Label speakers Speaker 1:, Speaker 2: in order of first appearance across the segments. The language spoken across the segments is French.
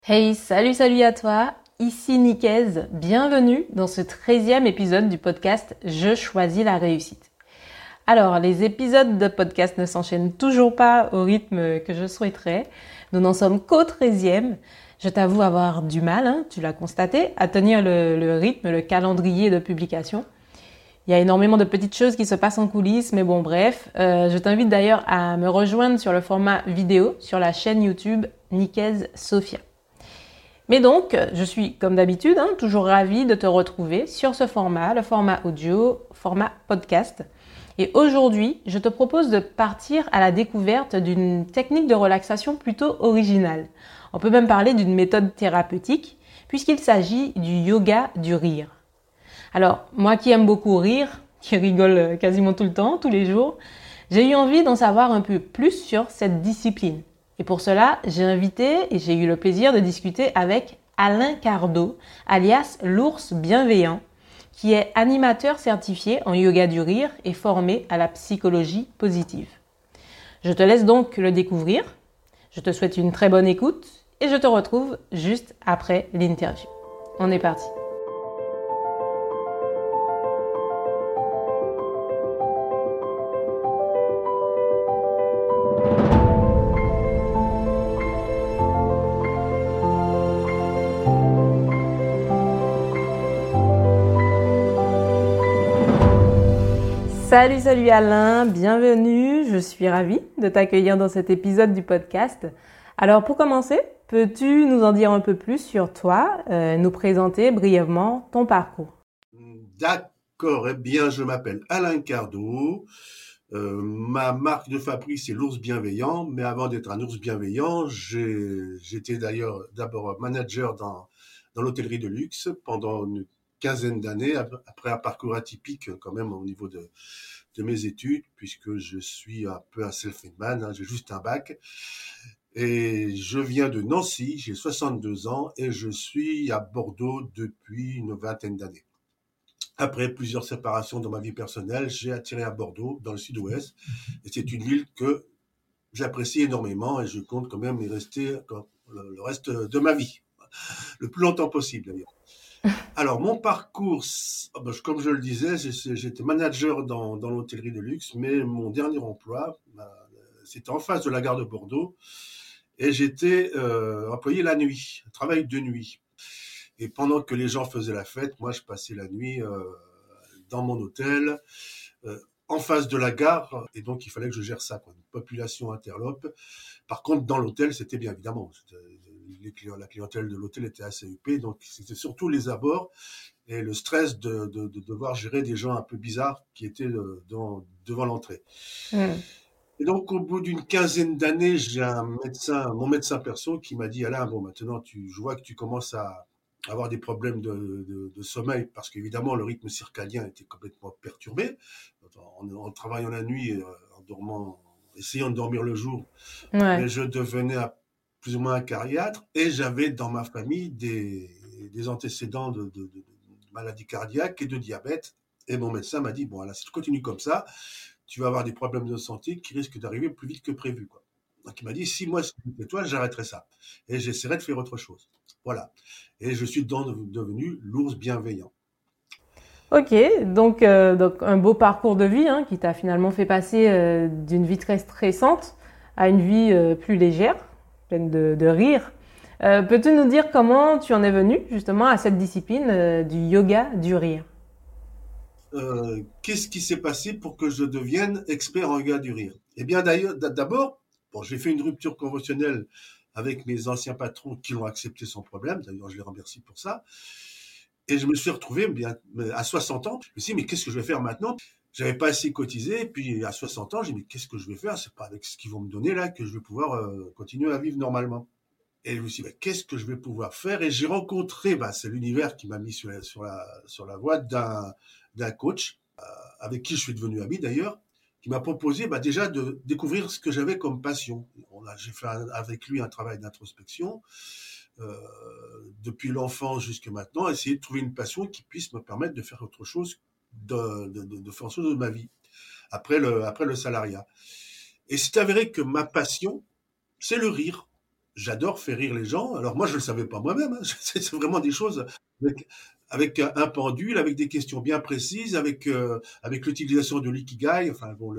Speaker 1: Hey, salut à toi, ici Nicaise, bienvenue dans ce 13e épisode du podcast Je choisis la réussite. Alors, les épisodes de podcast ne s'enchaînent toujours pas au rythme que je souhaiterais. Nous n'en sommes qu'au 13e. Je t'avoue avoir du mal, tu l'as constaté, à tenir le rythme, le calendrier de publication. Il y a énormément de petites choses qui se passent en coulisses, mais bon, bref. Je t'invite d'ailleurs à me rejoindre sur le format vidéo sur la chaîne YouTube Nicaise Sophia. Mais donc, je suis comme d'habitude, toujours ravie de te retrouver sur ce format, le format audio, format podcast. Et aujourd'hui, je te propose de partir à la découverte d'une technique de relaxation plutôt originale. On peut même parler d'une méthode thérapeutique, puisqu'il s'agit du yoga du rire. Alors, moi qui aime beaucoup rire, qui rigole quasiment tout le temps, tous les jours, j'ai eu envie d'en savoir un peu plus sur cette discipline. Et pour cela, j'ai invité et j'ai eu le plaisir de discuter avec Alain Cardot, alias l'ours bienveillant, qui est animateur certifié en yoga du rire et formé à la psychologie positive. Je te laisse donc le découvrir. Je te souhaite une très bonne écoute et je te retrouve juste après l'interview. On est parti. Salut Alain, bienvenue, je suis ravie de t'accueillir dans cet épisode du podcast. Alors pour commencer, peux-tu nous en dire un peu plus sur toi, nous présenter brièvement ton parcours?
Speaker 2: D'accord, eh bien je m'appelle Alain Cardot, ma marque de fabrique c'est l'ours bienveillant, mais avant d'être un ours bienveillant, j'étais d'abord manager dans l'hôtellerie de luxe pendant une quinzaine d'années, après un parcours atypique quand même au niveau de mes études, puisque je suis un peu un self-made man, j'ai juste un bac. Et je viens de Nancy, j'ai 62 ans et je suis à Bordeaux depuis une vingtaine d'années. Après plusieurs séparations dans ma vie personnelle, j'ai atterri à Bordeaux, dans le sud-ouest, et c'est une ville que j'apprécie énormément et je compte quand même y rester le reste de ma vie, le plus longtemps possible d'ailleurs. Alors, mon parcours, comme je le disais, j'étais manager dans l'hôtellerie de luxe, mais mon dernier emploi, c'était en face de la gare de Bordeaux, et j'étais employé la nuit, travail de nuit. Et pendant que les gens faisaient la fête, moi, je passais la nuit dans mon hôtel, en face de la gare, et donc il fallait que je gère ça, quoi, une population interlope. Par contre, dans l'hôtel, c'était bien évidemment, la clientèle de l'hôtel était assez huppée, donc c'était surtout les abords et le stress de devoir gérer des gens un peu bizarres qui étaient devant l'entrée.
Speaker 1: Hmm.
Speaker 2: Et donc, au bout d'une quinzaine d'années, j'ai mon médecin perso qui m'a dit, Alain, bon, maintenant, je vois que tu commences à avoir des problèmes de sommeil parce qu'évidemment, le rythme circadien était complètement perturbé. En travaillant la nuit, en dormant, essayant de dormir le jour, mais
Speaker 1: Ouais.
Speaker 2: je devenais plus ou moins un cariatre et j'avais dans ma famille des antécédents de maladies cardiaques et de diabète. Et mon médecin m'a dit, bon, là, si tu continues comme ça, tu vas avoir des problèmes de santé qui risquent d'arriver plus vite que prévu, quoi. Donc il m'a dit, si moi c'était toi, j'arrêterais ça. Et j'essaierai de faire autre chose. Voilà. Et je suis devenu l'ours bienveillant.
Speaker 1: Ok, donc un beau parcours de vie qui t'a finalement fait passer d'une vie très stressante à une vie plus légère, pleine de rire. Peux-tu nous dire comment tu en es venu justement à cette discipline du yoga du rire?
Speaker 2: Qu'est-ce qui s'est passé pour que je devienne expert en yoga du rire? Eh bien, d'ailleurs, d'abord, bon, j'ai fait une rupture conventionnelle avec mes anciens patrons qui l'ont accepté sans problème. D'ailleurs, je les remercie pour ça. Et je me suis retrouvé bien à 60 ans. Je me suis dit, mais qu'est-ce que je vais faire maintenant? J'avais pas assez cotisé. Puis à 60 ans, j'ai dit, mais qu'est-ce que je vais faire? C'est pas avec ce qu'ils vont me donner là que je vais pouvoir continuer à vivre normalement. Et je me suis dit, bah, qu'est-ce que je vais pouvoir faire? Et j'ai rencontré, bah, c'est l'univers qui m'a mis sur la voie d'un coach avec qui je suis devenu ami d'ailleurs, qui m'a proposé bah, déjà de découvrir ce que j'avais comme passion. J'ai fait avec lui un travail d'introspection euh, depuis l'enfance jusqu'à maintenant, essayer de trouver une passion qui puisse me permettre de faire autre chose, de faire autre chose de ma vie après le salariat. Et c'est avéré que ma passion, c'est le rire. j'adore faire rire les gens. Alors moi, je ne le savais pas moi-même, hein. C'est vraiment des choses avec un pendule, avec des questions bien précises, avec l'utilisation de l'ikigai. Enfin bon,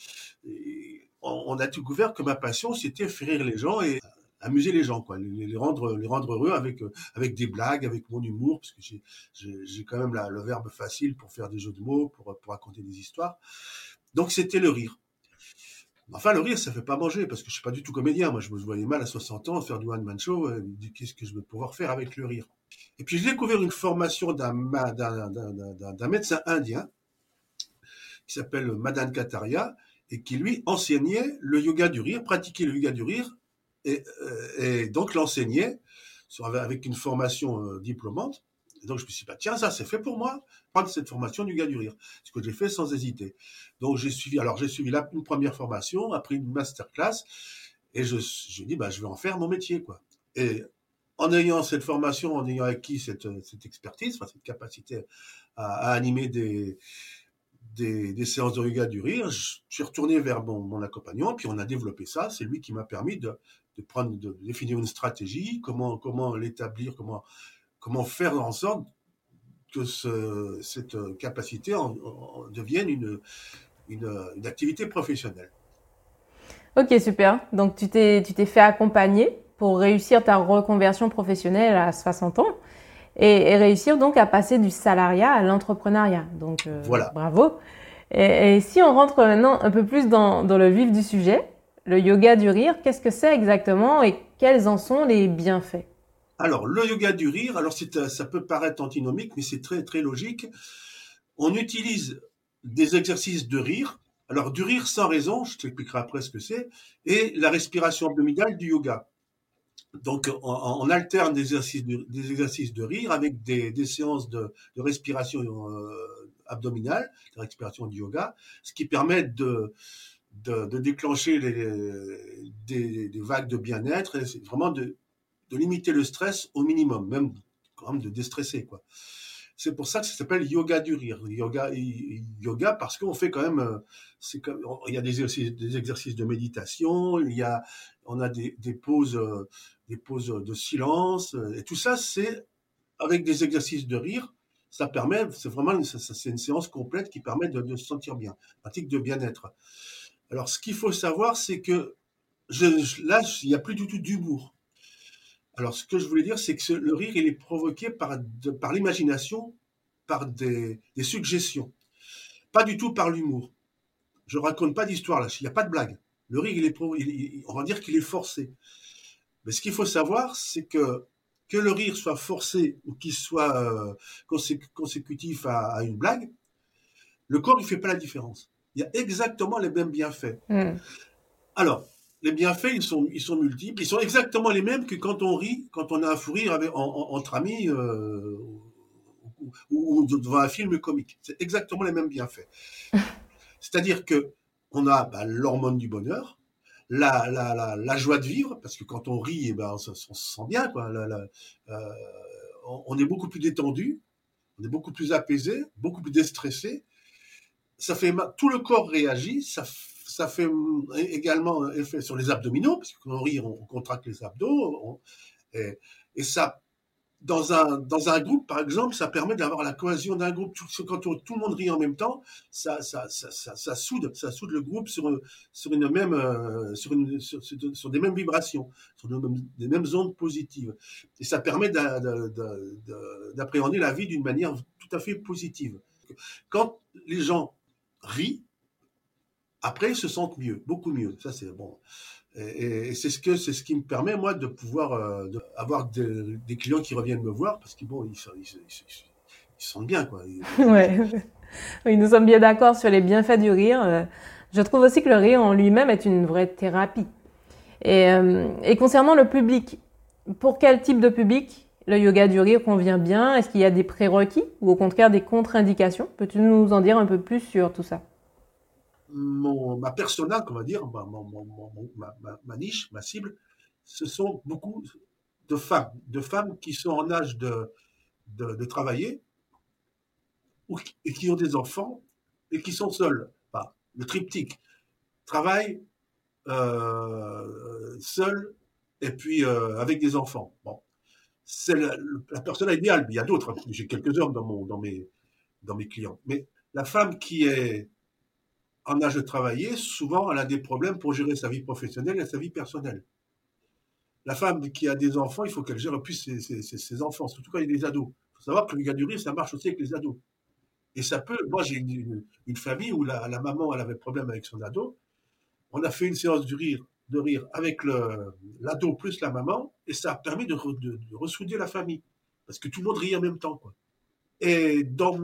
Speaker 2: on a découvert que ma passion, c'était faire rire les gens et amuser les gens, quoi, les rendre heureux avec des blagues, avec mon humour, parce que j'ai quand même le verbe facile pour faire des jeux de mots, pour raconter des histoires. Donc c'était le rire. Enfin, le rire, ça fait pas manger, parce que je suis pas du tout comédien. Moi, je me voyais mal à 60 ans faire du one-man show. Qu'est-ce que je vais pouvoir faire avec le rire? Et puis, j'ai découvert une formation d'un médecin indien qui s'appelle Madan Kataria et qui, lui, enseignait le yoga du rire, pratiquait le yoga du rire et donc l'enseignait avec une formation diplômante. Et donc, je me suis dit, bah, tiens, ça, c'est fait pour moi, prendre cette formation du yoga du rire. Ce que j'ai fait sans hésiter. Donc, j'ai suivi là une première formation, après une masterclass, et je dis, bah, je vais en faire mon métier, quoi. Et en ayant cette formation, en ayant acquis cette expertise, enfin, cette capacité à animer des séances de yoga du rire, je suis retourné vers mon accompagnant, puis on a développé ça. C'est lui qui m'a permis de définir une stratégie, comment l'établir, comment faire en sorte que cette capacité devienne une activité professionnelle.
Speaker 1: Ok, super. Donc tu t'es fait accompagner pour réussir ta reconversion professionnelle à 60 ans et réussir donc à passer du salariat à l'entrepreneuriat. Donc
Speaker 2: Voilà.
Speaker 1: bravo. Et si on rentre maintenant un peu plus dans le vif du sujet, le yoga du rire, qu'est-ce que c'est exactement et quels en sont les bienfaits?
Speaker 2: Alors, le yoga du rire, alors ça peut paraître antinomique, mais c'est très, très logique. On utilise des exercices de rire. Alors, du rire sans raison, je t'expliquerai après ce que c'est, et la respiration abdominale du yoga. Donc, on alterne des exercices de rire avec des séances de respiration abdominale, de respiration du yoga, ce qui permet de déclencher des vagues de bien-être, et c'est vraiment de limiter le stress au minimum, même quand même de déstresser, quoi. C'est pour ça que ça s'appelle yoga du rire. Yoga parce qu'on fait quand même, il y a des exercices de méditation, on a des pauses de silence, et tout ça, c'est avec des exercices de rire. C'est vraiment, c'est une séance complète qui permet de se sentir bien, pratique de bien-être. Alors, ce qu'il faut savoir, c'est que là, il n'y a plus du tout d'humour. Alors, ce que je voulais dire, c'est que le rire, il est provoqué par l'imagination, par des suggestions, pas du tout par l'humour. Je raconte pas d'histoire là, il n'y a pas de blague. Le rire, on va dire qu'il est forcé. Mais ce qu'il faut savoir, c'est que le rire soit forcé ou qu'il soit consécutif à une blague, le corps, il fait pas la différence. Il y a exactement les mêmes bienfaits. Alors, les bienfaits, ils sont multiples. Ils sont exactement les mêmes que quand on rit, quand on a un fou rire entre amis ou devant un film comique. C'est exactement les mêmes bienfaits. C'est-à-dire que on a l'hormone du bonheur, la joie de vivre, parce que quand on rit, on se sent bien, quoi. On est beaucoup plus détendu, on est beaucoup plus apaisé, beaucoup plus déstressé. Tout le corps réagit, ça fait également effet sur les abdominaux, parce que quand on rit, on contracte les abdos, et ça, dans un groupe, par exemple, ça permet d'avoir la cohésion d'un groupe. Quand tout le monde rit en même temps, ça soude le groupe sur une même, sur des mêmes vibrations, sur des mêmes ondes positives. Et ça permet d'appréhender la vie d'une manière tout à fait positive. Quand les gens rient, après, ils se sentent mieux, beaucoup mieux. Ça, c'est bon. Et c'est ce qui me permet, moi, de pouvoir avoir des clients qui reviennent me voir parce qu'ils bon, ils se sentent bien, quoi.
Speaker 1: Ouais. Oui, nous sommes bien d'accord sur les bienfaits du rire. Je trouve aussi que le rire en lui-même est une vraie thérapie. Et concernant le public, pour quel type de public le yoga du rire convient bien? Est-ce qu'il y a des prérequis ou au contraire des contre-indications? Peux-tu nous en dire un peu plus sur tout ça?
Speaker 2: Ma persona, on va dire, ma niche, ma cible, ce sont beaucoup de femmes qui sont en âge de travailler et qui ont des enfants et qui sont seules. Enfin, le triptyque, travail, seul et puis avec des enfants. Bon, c'est la personne idéale. Il y a d'autres, hein. J'ai quelques hommes dans mes clients. Mais la femme qui est en âge de travailler, souvent, elle a des problèmes pour gérer sa vie professionnelle et sa vie personnelle. La femme qui a des enfants, il faut qu'elle gère plus ses enfants, surtout quand il y a des ados. Il faut savoir que le yoga du rire, ça marche aussi avec les ados. Et ça peut, moi j'ai une famille où la maman, elle avait problème avec son ado. On a fait une séance de rire avec l'ado plus la maman, et ça a permis de ressouder la famille. Parce que tout le monde rit en même temps, quoi. Et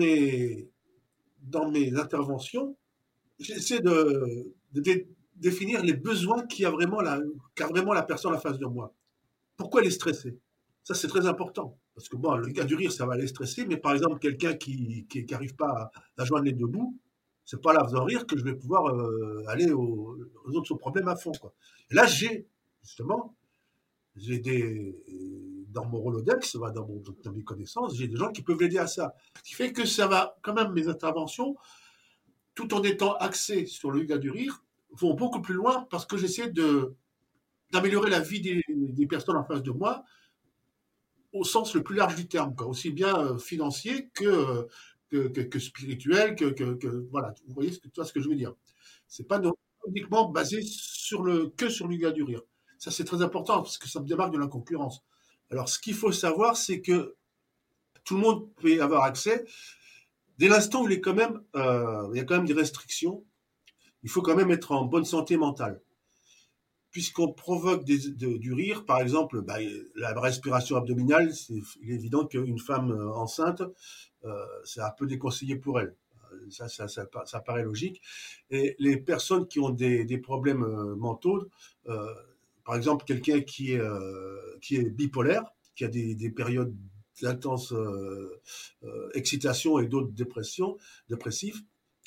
Speaker 2: dans mes interventions, j'essaie de définir les besoins qu'a vraiment la personne en face de moi. Pourquoi elle est stressée? Ça, c'est très important. Parce que bon, le gars du rire, ça va les stresser, mais par exemple, quelqu'un qui arrive pas à joindre les deux bouts, c'est pas là, en faisant rire, que je vais pouvoir aller résoudre son problème à fond, quoi. Et là, justement, j'ai dans mon Rolodex, dans mes connaissances, j'ai des gens qui peuvent l'aider à ça. Ce qui fait que ça va, quand même, mes interventions, tout en étant axées sur le gars du rire, vont beaucoup plus loin parce que j'essaie d'améliorer la vie des personnes en face de moi au sens le plus large du terme, quoi, aussi bien financier que spirituel, voilà, vous voyez ce que je veux dire. C'est pas uniquement basé que sur le gars du rire. Ça, c'est très important parce que ça me démarque de la concurrence. Alors, ce qu'il faut savoir, c'est que tout le monde peut y avoir accès. Dès l'instant où il y a quand même des restrictions, il faut quand même être en bonne santé mentale. Puisqu'on provoque du rire, par exemple, la respiration abdominale, il est évident qu'une femme enceinte, c'est un peu déconseillé pour elle. Ça paraît logique. Et les personnes qui ont des problèmes mentaux, par exemple, quelqu'un qui est bipolaire, qui a des périodes d'intense excitation et d'autres dépressifs,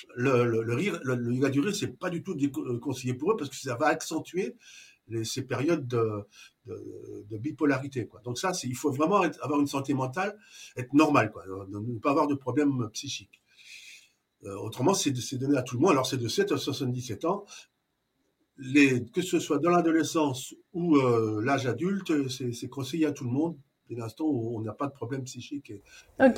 Speaker 2: le yoga du rire, c'est pas du tout conseillé pour eux parce que ça va accentuer ces périodes de bipolarité, quoi. Donc ça, il faut vraiment avoir une santé mentale, être normal, quoi, ne pas avoir de problèmes psychiques. Autrement, c'est donné à tout le monde. Alors c'est de 7 à 77 ans. Que ce soit dans l'adolescence ou l'âge adulte, c'est conseillé à tout le monde dès l'instant où on n'a pas de problème psychique.
Speaker 1: Ok.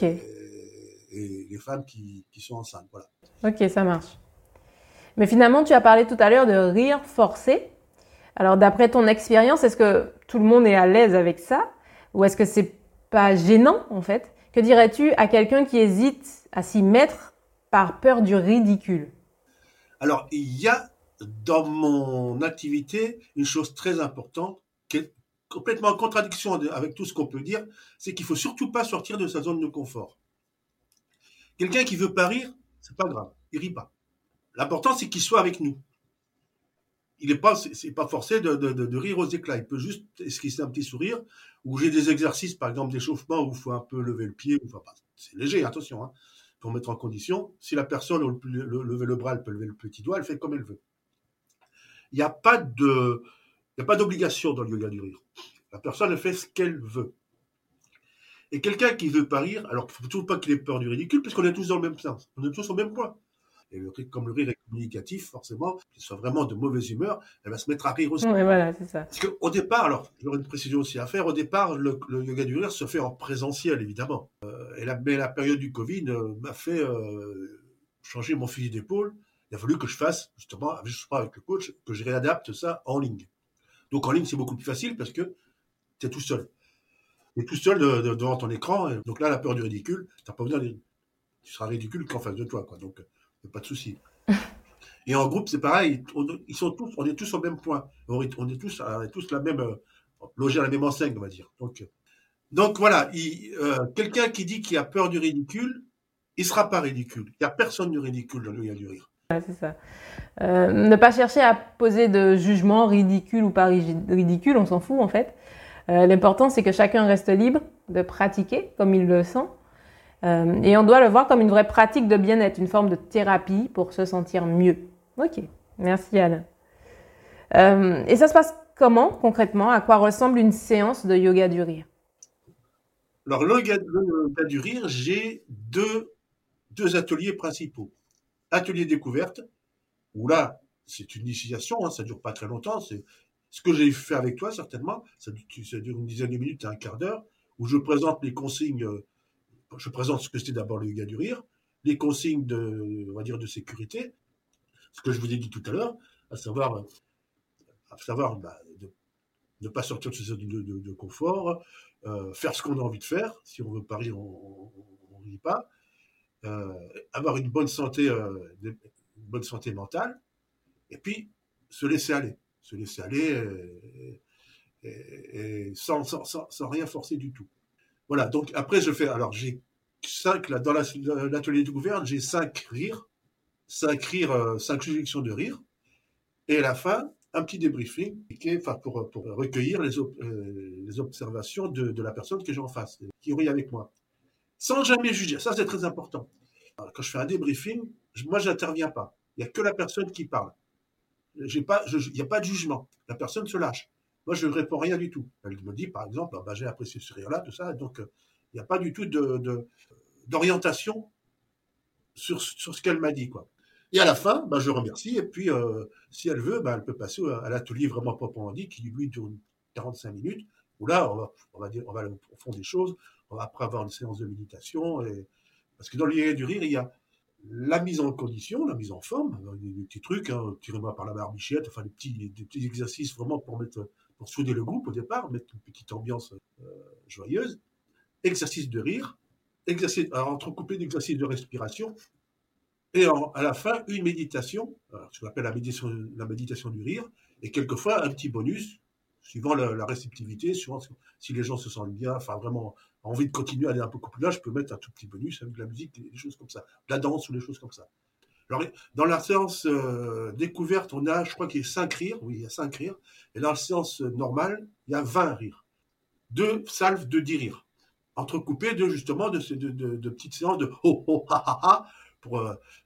Speaker 2: Et les femmes qui sont enceintes, voilà.
Speaker 1: Ok, ça marche. Mais finalement, tu as parlé tout à l'heure de rire forcé. Alors, d'après ton expérience, est-ce que tout le monde est à l'aise avec ça? Ou est-ce que c'est pas gênant, en fait? Que dirais-tu à quelqu'un qui hésite à s'y mettre par peur du ridicule?
Speaker 2: Alors, il y a dans mon activité une chose très importante qui est complètement en contradiction avec tout ce qu'on peut dire, c'est qu'il faut surtout pas sortir de sa zone de confort. Quelqu'un qui veut pas rire, c'est pas grave, il rit pas. L'important, c'est qu'il soit avec nous. C'est pas forcé de rire aux éclats. Il peut juste esquisser un petit sourire, ou j'ai des exercices, par exemple d'échauffement, où il faut un peu lever le pied, enfin, c'est léger, attention, hein, pour mettre en condition. Si la personne veut lever le bras, elle peut lever le petit doigt, elle fait comme elle veut. Il n'y a pas d'obligation dans le yoga du rire. La personne elle fait ce qu'elle veut. Et quelqu'un qui veut pas rire, alors il ne faut toujours pas qu'il ait peur du ridicule, puisqu'on est tous dans le même sens. On est tous au même point. Et comme le rire est communicatif, forcément, qu'il soit vraiment de mauvaise humeur, elle va se mettre à rire aussi.
Speaker 1: Ouais, voilà, c'est ça.
Speaker 2: Parce qu'au départ, alors, j'aurais une précision aussi à faire, au départ, le yoga du rire se fait en présentiel, évidemment. Mais la période du Covid m'a fait changer mon fusil d'épaule. Il a fallu que je fasse, justement, avec le coach, que je réadapte ça en ligne. Donc en ligne, c'est beaucoup plus facile parce que tu es tout seul. Tu es tout seul devant ton écran. Donc là, la peur du ridicule, tu n'as pas besoin tu seras ridicule qu'en face de toi, quoi. Donc, il n'y a pas de souci. Et en groupe, c'est pareil. On est tous au même point. On est tous la même, logés à la même enseigne, on va dire. Donc voilà, quelqu'un qui dit qu'il a peur du ridicule, il ne sera pas ridicule. Il n'y a personne du ridicule dans le yoga du rire.
Speaker 1: Ouais, c'est ça. Ne pas chercher à poser de jugement ridicule ou pas ridicule, on s'en fout en fait. L'important, c'est que chacun reste libre de pratiquer comme il le sent. Et on doit le voir comme une vraie pratique de bien-être, une forme de thérapie pour se sentir mieux. Ok, merci Alain. Et ça se passe comment concrètement? À quoi ressemble une séance de yoga du rire?
Speaker 2: Alors, le yoga du rire, j'ai deux ateliers principaux. Atelier découverte, où là, c'est une initiation, hein, ça ne dure pas très longtemps, Ce que j'ai fait avec toi, certainement, ça dure une dizaine de minutes à un quart d'heure, où je présente les consignes, je présente ce que c'était d'abord le yoga du rire, les consignes on va dire, de sécurité, ce que je vous ai dit tout à l'heure, à savoir de ne pas sortir de ce zone de confort, faire ce qu'on a envie de faire. Si on veut pas rire, on ne rit pas. Euh, Avoir une bonne santé mentale, et puis se laisser aller. Se laisser aller et sans rien forcer du tout. Voilà, donc après alors j'ai 5, là, dans l'atelier de gouverne, j'ai 5 rires, 5 suggestions de rire, et à la fin, un petit débriefing pour recueillir les observations de la personne que j'ai en face, qui rit avec moi. Sans jamais juger, ça c'est très important. Alors, quand je fais un débriefing, moi je n'interviens pas. Il n'y a que la personne qui parle. Il n'y a pas de jugement. La personne se lâche. Moi je ne réponds rien du tout. Elle me dit par exemple, j'ai apprécié ce rire-là, tout ça, donc il n'y a pas du tout d'orientation sur ce qu'elle m'a dit, quoi. Et à la fin, je remercie. Et puis, si elle veut, elle peut passer à l'atelier vraiment proprement dit, qui lui dure 45 minutes, où là, on va au fond des choses. On va après avoir une séance de méditation. Parce que dans le yoga du rire, il y a la mise en condition, la mise en forme, des petits trucs, tirez-moi par la barbichette, enfin des petits exercices vraiment pour souder le groupe au départ, mettre une petite ambiance joyeuse. Exercice de rire, entrecoupé d'exercices de respiration. Et à la fin, une méditation, ce qu'on appelle la méditation du rire, et quelquefois un petit bonus, suivant la réceptivité, suivant si les gens se sentent bien, enfin vraiment envie de continuer à aller un peu plus loin, je peux mettre un tout petit bonus avec de la musique, des choses comme ça, de la danse ou des choses comme ça. Alors, dans la séance découverte, je crois qu'il y a 5 rires, oui, il y a 5 rires, et dans la séance normale, il y a 20 rires. 2 salves de 10 rires, entrecoupées justement de petites séances de ho ho ha ha ha, pour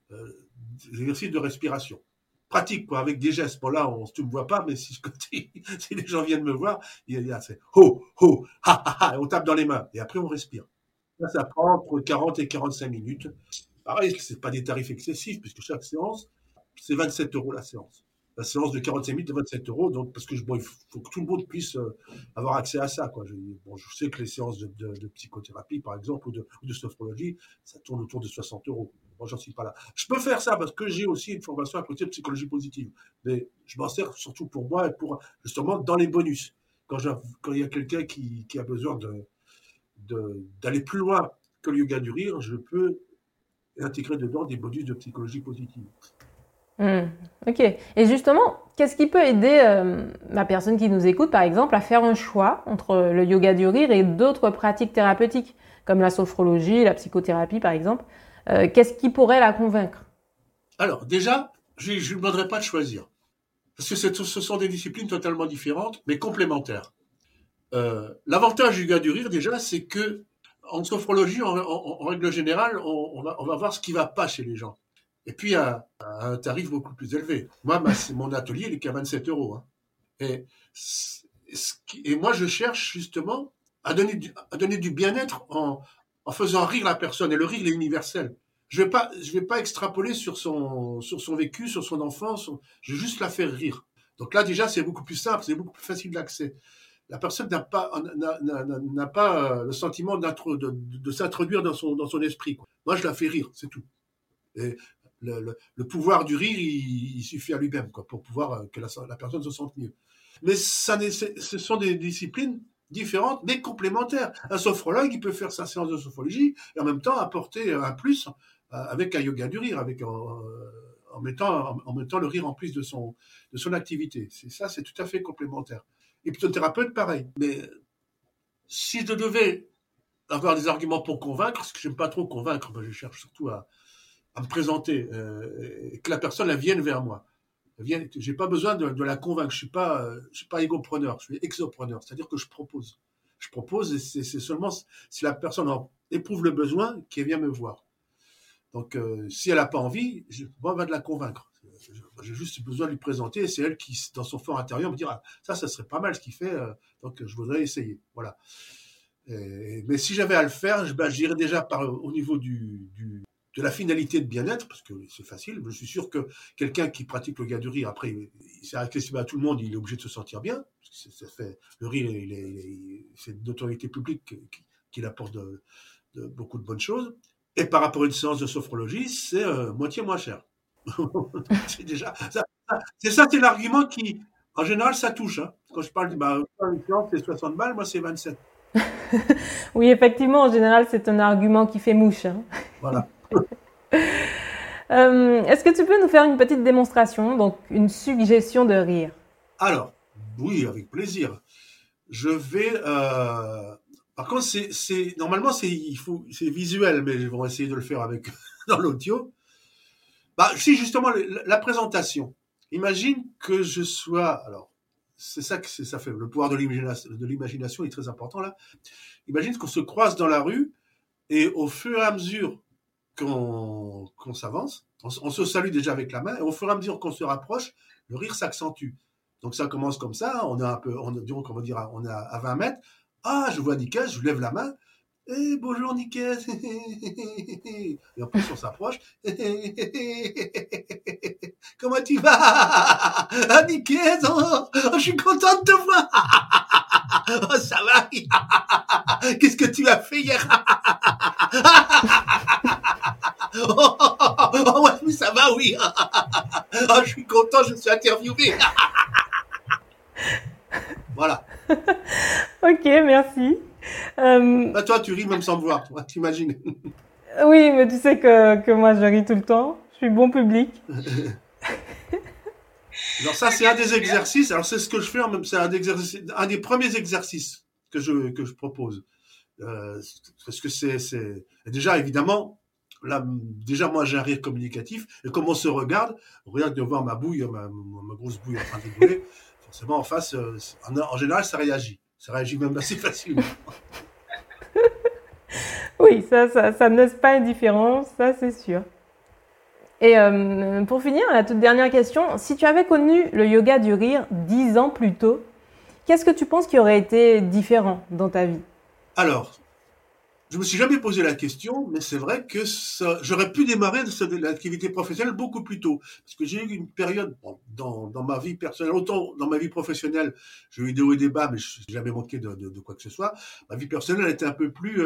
Speaker 2: des exercices de respiration. Pratique, quoi, avec des gestes. Bon, là, tu ne me vois pas, mais si les gens viennent me voir, il y a c'est ho, ho, ha, ha, ha, et on tape dans les mains. Et après, on respire. Là, ça prend entre 40 et 45 minutes. Pareil, ce n'est pas des tarifs excessifs, puisque chaque séance, c'est 27 € la séance. La séance de 45 minutes est 27 €, donc, parce que il faut que tout le monde puisse avoir accès à ça, quoi. Je sais que les séances de psychothérapie, par exemple, ou de sophrologie, ça tourne autour de 60 €. Moi, j'en suis pas là. Je peux faire ça parce que j'ai aussi une formation à côté de psychologie positive. Mais je m'en sers surtout pour moi et pour, justement, dans les bonus. Quand il y a quelqu'un qui a besoin d'aller plus loin que le yoga du rire, je peux intégrer dedans des bonus de psychologie positive.
Speaker 1: Ok. Et justement, qu'est-ce qui peut aider la personne qui nous écoute, par exemple, à faire un choix entre le yoga du rire et d'autres pratiques thérapeutiques, comme la sophrologie, la psychothérapie, par exemple? Qu'est-ce qui pourrait la convaincre?
Speaker 2: Alors, déjà, je ne lui demanderai pas de choisir. Parce que ce sont des disciplines totalement différentes, mais complémentaires. L'avantage du yoga du rire, déjà, c'est que en sophrologie, en règle générale, on va voir ce qui ne va pas chez les gens. Et puis, à un tarif beaucoup plus élevé. Moi, mon atelier, il est qu'à 27 €. Hein. Et moi, je cherche justement à donner du bien-être en faisant rire la personne. Et le rire, il est universel. Je vais pas extrapoler sur son vécu, sur son enfance. Je vais juste la faire rire. Donc là, déjà, c'est beaucoup plus simple, c'est beaucoup plus facile d'accès. La personne n'a pas le sentiment de s'introduire dans son esprit, quoi. Moi, je la fais rire, c'est tout. Et le pouvoir du rire, il suffit à lui-même, quoi, pour pouvoir que la personne se sente mieux. Mais ce sont des disciplines différentes, mais complémentaires. Un sophrologue, il peut faire sa séance de sophrologie et en même temps apporter un plus avec un yoga du rire, en mettant le rire en plus de son activité. C'est tout à fait complémentaire. Hypnothérapeute, pareil. Mais si je devais avoir des arguments pour convaincre, parce que j'aime pas trop convaincre, je cherche surtout à me présenter, et que la personne elle vienne vers moi. J'ai pas besoin de la convaincre. Je suis pas égopreneur, je suis exopreneur. C'est-à-dire que je propose. Je propose et c'est seulement si la personne éprouve le besoin qu'elle vient me voir. Donc, si elle n'a pas envie, moi, va de la convaincre. J'ai juste besoin de lui présenter et c'est elle qui, dans son fort intérieur, me dira ça serait pas mal ce qu'il fait, donc je voudrais essayer. Voilà. Mais si j'avais à le faire, j'irais déjà au niveau du de la finalité de bien-être, parce que c'est facile. Je suis sûr que quelqu'un qui pratique le yoga du rire, après, c'est accessible à tout le monde, il est obligé de se sentir bien. Ça fait, le rire, c'est une notoriété publique qui apporte de beaucoup de bonnes choses. Et par rapport à une séance de sophrologie, c'est moitié moins cher. C'est déjà c'est l'argument qui, en général, ça touche. Hein. Quand je parle, une séance, c'est 60 balles, moi, c'est 27.
Speaker 1: Oui, effectivement, en général, c'est un argument qui fait mouche. Hein.
Speaker 2: Voilà.
Speaker 1: Est-ce que tu peux nous faire une petite démonstration, donc une suggestion de rire?
Speaker 2: Alors, oui, avec plaisir. Je vais. Par contre, normalement c'est visuel, mais je vais essayer de le faire avec dans l'audio. Si justement la présentation. Imagine que je sois. Alors, c'est ça que ça fait. Le pouvoir de l'imagination est très important là. Imagine qu'on se croise dans la rue et au fur et à mesure qu'on s'avance, on se salue déjà avec la main et au fur et à mesure qu'on se rapproche, le rire s'accentue. Donc ça commence comme ça, on est un peu, on est à 20 mètres. Ah, je vois Nicaise, je lève la main. Eh, bonjour Nicaise. Et en plus on s'approche. Comment tu vas? Ah Nicaise, je suis content de te voir. Oh, ça va. Qu'est-ce que tu as fait hier? Oh, ouais, mais ça va, oui. Oh, je suis content, je suis interviewé. Voilà.
Speaker 1: Ok, merci.
Speaker 2: Toi, tu ris même sans me voir, t'imagines.
Speaker 1: Oui, mais tu sais que moi, je ris tout le temps. Je suis bon public.
Speaker 2: Alors ça, c'est un des exercices. Alors c'est ce que je fais, c'est un des premiers exercices que je propose. Parce que c'est déjà, évidemment, là, déjà, moi, j'ai un rire communicatif. Et comme on se regarde de voir ma bouille, ma grosse bouille en train de rigoler, forcément, en face, en général, ça réagit. Ça réagit même assez facilement.
Speaker 1: Oui, ça ne laisse pas indifférent, ça c'est sûr. Et pour finir, la toute dernière question, si tu avais connu le yoga du rire 10 ans plus tôt, qu'est-ce que tu penses qui aurait été différent dans ta vie?
Speaker 2: Alors, je me suis jamais posé la question, mais c'est vrai que j'aurais pu démarrer de l'activité professionnelle beaucoup plus tôt. Parce que j'ai eu une période dans ma vie personnelle, autant dans ma vie professionnelle, j'ai eu des hauts et des bas, mais je n'ai jamais manqué de quoi que ce soit. Ma vie personnelle était un peu plus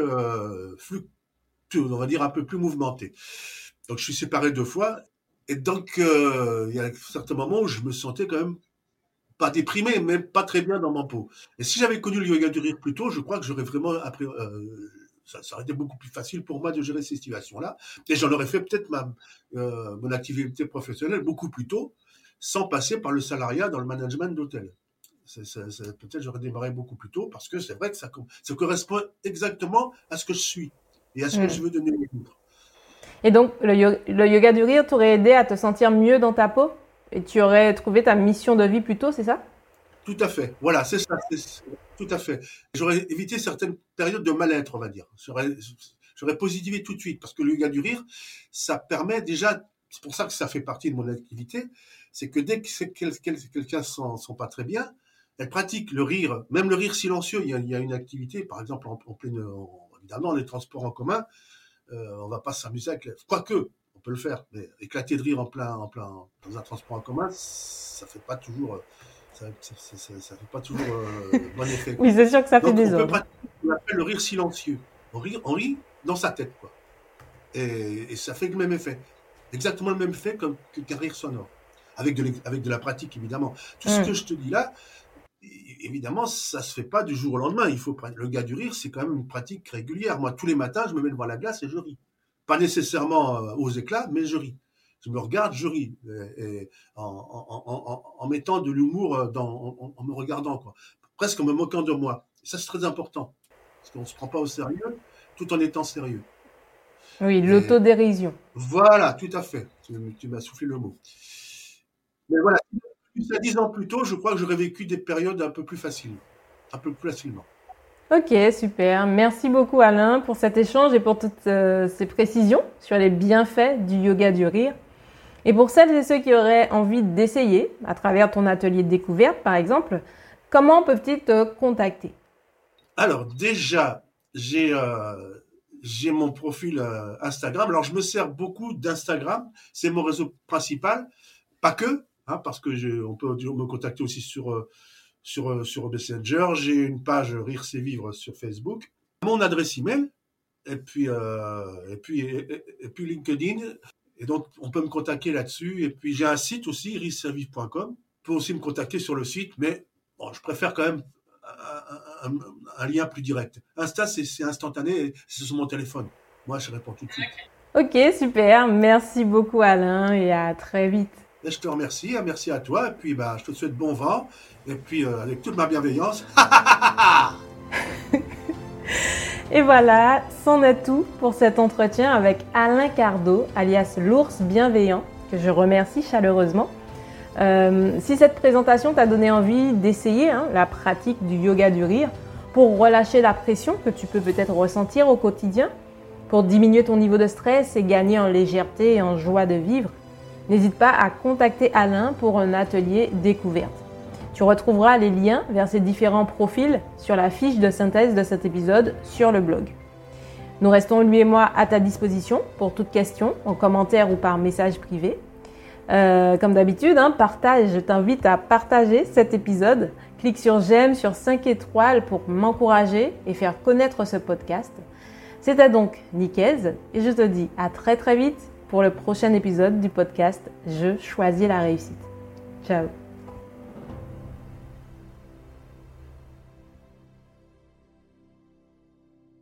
Speaker 2: fluctueuse, on va dire un peu plus mouvementée. Donc je suis séparé 2 fois. Et donc, il y a certains moments où je me sentais quand même pas déprimé, mais pas très bien dans ma peau. Et si j'avais connu le yoga du rire plus tôt, je crois que j'aurais vraiment appris... ça aurait été beaucoup plus facile pour moi de gérer ces situations-là. Et j'en aurais fait peut-être mon activité professionnelle beaucoup plus tôt, sans passer par le salariat dans le management d'hôtel. Peut-être j'aurais démarré beaucoup plus tôt, parce que c'est vrai que ça correspond exactement à ce que je suis et à ce que je veux donner aux autres.
Speaker 1: Et donc, le yoga du rire t'aurait aidé à te sentir mieux dans ta peau? Et tu aurais trouvé ta mission de vie plus tôt, c'est ça?
Speaker 2: Tout à fait. Voilà, c'est ça. Tout à fait. J'aurais évité certaines périodes de mal-être, on va dire. J'aurais positivé tout de suite, parce que le yoga du rire, ça permet déjà, c'est pour ça que ça fait partie de mon activité, c'est que dès que quelqu'un ne sent pas très bien, elle pratique le rire, même le rire silencieux. Il y a une activité, par exemple, évidemment, les transports en commun, on va pas s'amuser avec quoique, on peut le faire, mais éclater de rire en plein, dans un transport en commun, ça fait pas toujours... ça fait pas toujours bon effet.
Speaker 1: Oui, c'est sûr que ça fait des
Speaker 2: on peut
Speaker 1: ordres.
Speaker 2: pratiquer ce qu'on appelle le rire silencieux. On rit dans sa tête, quoi. Et ça fait le même effet. Exactement le même effet qu'un rire sonore. Avec de la pratique, évidemment. Tout ce que je te dis là, évidemment, ça se fait pas du jour au lendemain. Le gars du rire, c'est quand même une pratique régulière. Moi, tous les matins, je me mets devant la glace et je ris. Pas nécessairement aux éclats, mais je ris. Je me regarde, je ris, en mettant de l'humour en me regardant, quoi. Presque en me moquant de moi. Et ça, c'est très important. Parce qu'on se prend pas au sérieux, tout en étant sérieux.
Speaker 1: Oui, l'autodérision.
Speaker 2: Voilà, tout à fait. Tu m'as soufflé le mot. Mais voilà, à 10 ans plus tôt, je crois que j'aurais vécu des périodes un peu plus faciles. Un peu plus facilement.
Speaker 1: Ok, super. Merci beaucoup Alain pour cet échange et pour toutes ces précisions sur les bienfaits du yoga du rire. Et pour celles et ceux qui auraient envie d'essayer, à travers ton atelier de découverte par exemple, comment peuvent-ils te contacter?
Speaker 2: Alors déjà, j'ai j'ai mon profil Instagram. Alors, je me sers beaucoup d'Instagram. C'est mon réseau principal. Pas que, hein, parce que on peut me contacter aussi sur Messenger. J'ai une page Rire c'est vivre sur Facebook. Mon adresse email, et puis LinkedIn. Et donc, on peut me contacter là-dessus. Et puis, j'ai un site aussi, rireservivre.com. On peut aussi me contacter sur le site, mais bon, je préfère quand même un lien plus direct. Insta, c'est instantané, c'est sur mon téléphone. Moi, je réponds tout de suite.
Speaker 1: Ok, super. Merci beaucoup Alain et à très vite.
Speaker 2: Et je te remercie, merci à toi. Et puis, je te souhaite bon vent. Et puis, avec toute ma bienveillance.
Speaker 1: Et voilà, c'en est tout pour cet entretien avec Alain Cardot, alias l'ours bienveillant, que je remercie chaleureusement. Si cette présentation t'a donné envie d'essayer la pratique du yoga du rire pour relâcher la pression que tu peux peut-être ressentir au quotidien, pour diminuer ton niveau de stress et gagner en légèreté et en joie de vivre, n'hésite pas à contacter Alain pour un atelier découverte. Tu retrouveras les liens vers ces différents profils sur la fiche de synthèse de cet épisode sur le blog. Nous restons, lui et moi, à ta disposition pour toute question, en commentaire ou par message privé. Comme d'habitude, je t'invite à partager cet épisode. Clique sur j'aime, sur 5 étoiles pour m'encourager et faire connaître ce podcast. C'était donc Nicaise et je te dis à très très vite pour le prochain épisode du podcast Je choisis la réussite. Ciao.